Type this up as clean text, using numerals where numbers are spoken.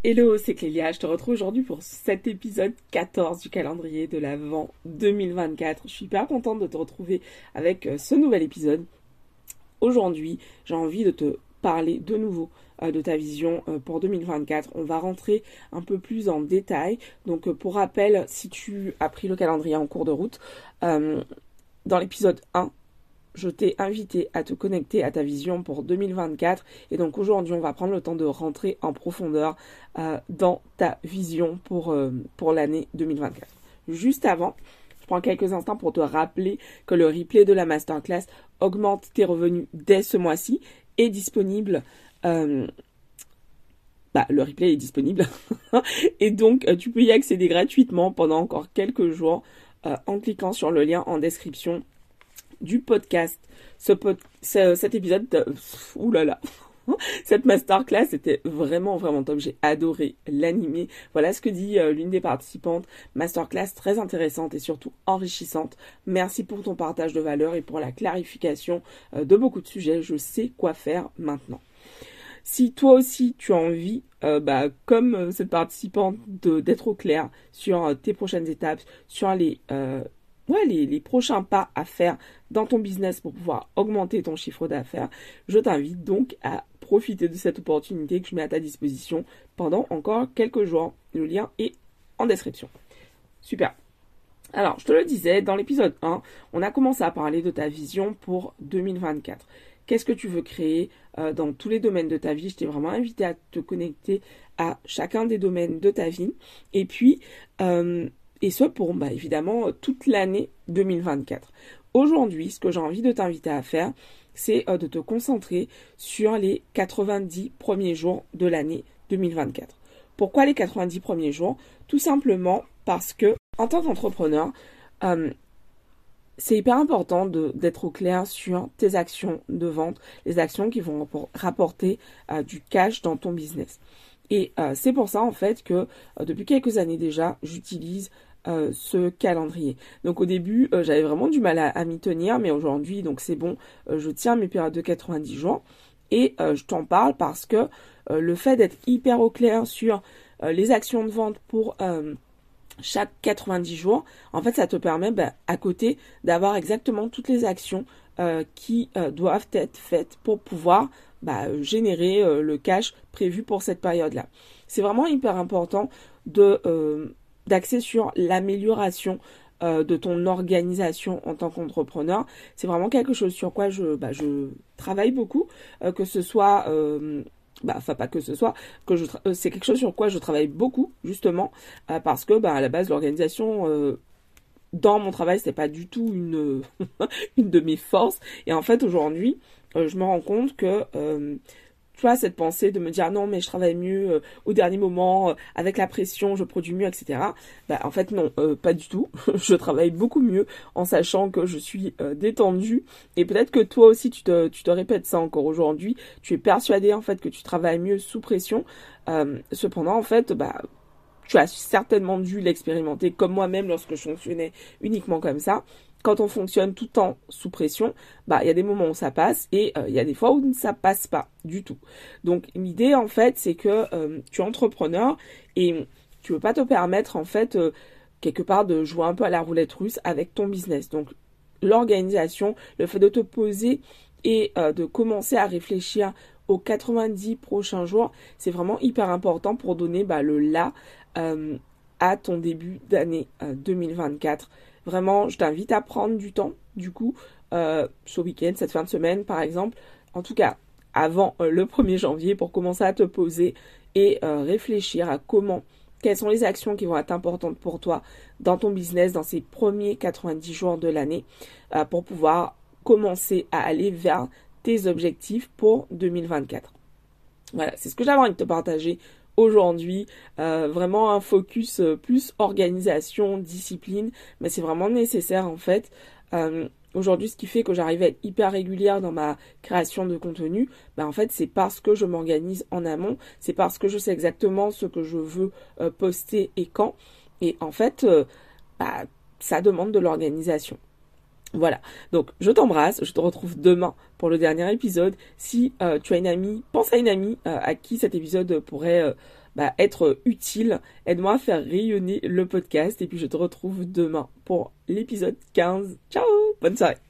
Hello, c'est Clélia, je te retrouve aujourd'hui pour cet épisode 14 du calendrier de l'Avent 2024. Je suis hyper contente de te retrouver avec ce nouvel épisode. Aujourd'hui, j'ai envie de te parler de nouveau de ta vision pour 2024. On va rentrer un peu plus en détail. Donc pour rappel, si tu as pris le calendrier en cours de route, dans l'épisode 1, je t'ai invité à te connecter à ta vision pour 2024 et donc aujourd'hui on va prendre le temps de rentrer en profondeur dans ta vision pour l'année 2024. Juste avant, je prends quelques instants pour te rappeler que le replay de la masterclass augmente tes revenus dès ce mois-ci est disponible. Le replay est disponible et donc tu peux y accéder gratuitement pendant encore quelques jours en cliquant sur le lien en description du podcast. Cet épisode cette masterclass était vraiment top. J'ai adoré l'animer. Voilà ce que dit l'une des participantes. Masterclass très intéressante et surtout enrichissante. Merci pour ton partage de valeurs et pour la clarification de beaucoup de sujets. Je sais quoi faire maintenant. Si toi aussi tu as envie, comme cette participante, d'être au clair sur tes prochaines étapes, sur les prochains pas à faire dans ton business pour pouvoir augmenter ton chiffre d'affaires, je t'invite donc à profiter de cette opportunité que je mets à ta disposition pendant encore quelques jours. Le lien est en description. Super. Alors, je te le disais, dans l'épisode 1, on a commencé à parler de ta vision pour 2024. Qu'est-ce que tu veux créer dans tous les domaines de ta vie? Je t'ai vraiment invité à te connecter à chacun des domaines de ta vie. Et puis, et ce pour, évidemment, toute l'année 2024. Aujourd'hui, ce que j'ai envie de t'inviter à faire, c'est de te concentrer sur les 90 premiers jours de l'année 2024. Pourquoi les 90 premiers jours? Tout simplement parce que, en tant qu'entrepreneur, c'est hyper important d'être au clair sur tes actions de vente, les actions qui vont rapporter du cash dans ton business. Et c'est pour ça, en fait, que depuis quelques années déjà, j'utilise ce calendrier. Donc au début, j'avais vraiment du mal à m'y tenir, mais aujourd'hui, donc c'est bon, je tiens mes périodes de 90 jours. Et je t'en parle parce que le fait d'être hyper au clair sur les actions de vente pour chaque 90 jours, en fait, ça te permet à côté d'avoir exactement toutes les actions qui doivent être faites pour pouvoir générer le cash prévu pour cette période-là. C'est vraiment hyper important d'axer sur l'amélioration de ton organisation en tant qu'entrepreneur. C'est vraiment quelque chose sur quoi je travaille beaucoup, que ce soit c'est quelque chose sur quoi je travaille beaucoup justement parce que à la base l'organisation dans mon travail c'était pas du tout une une de mes forces et en fait aujourd'hui je me rends compte que tu vois, cette pensée de me dire non mais je travaille mieux au dernier moment, avec la pression, je produis mieux, etc. En fait non, pas du tout. Je travaille beaucoup mieux en sachant que je suis détendue. Et peut-être que toi aussi tu te répètes ça encore aujourd'hui. Tu es persuadé en fait que tu travailles mieux sous pression. Cependant en fait, tu as certainement dû l'expérimenter comme moi-même lorsque je fonctionnais uniquement comme ça. Quand on fonctionne tout le temps sous pression, il y a des moments où ça passe et il y a des fois où ça passe pas du tout. Donc l'idée en fait, c'est que tu es entrepreneur et tu veux pas te permettre en fait quelque part de jouer un peu à la roulette russe avec ton business. Donc l'organisation, le fait de te poser et de commencer à réfléchir aux 90 prochains jours, c'est vraiment hyper important pour donner le là à ton début d'année 2024. Vraiment, je t'invite à prendre du temps, du coup, ce week-end, cette fin de semaine, par exemple. En tout cas, avant le 1er janvier, pour commencer à te poser et réfléchir à quelles sont les actions qui vont être importantes pour toi dans ton business, dans ces premiers 90 jours de l'année, pour pouvoir commencer à aller vers tes objectifs pour 2024. Voilà, c'est ce que j'avais envie de te partager aujourd'hui, vraiment un focus plus organisation, discipline, mais c'est vraiment nécessaire en fait. Aujourd'hui, ce qui fait que j'arrive à être hyper régulière dans ma création de contenu, en fait, c'est parce que je m'organise en amont, c'est parce que je sais exactement ce que je veux poster et quand. Et en fait, ça demande de l'organisation. Voilà, donc je t'embrasse, je te retrouve demain pour le dernier épisode. Si tu as une amie, pense à une amie à qui cet épisode pourrait être utile. Aide-moi à faire rayonner le podcast et puis je te retrouve demain pour l'épisode 15. Ciao, bonne soirée.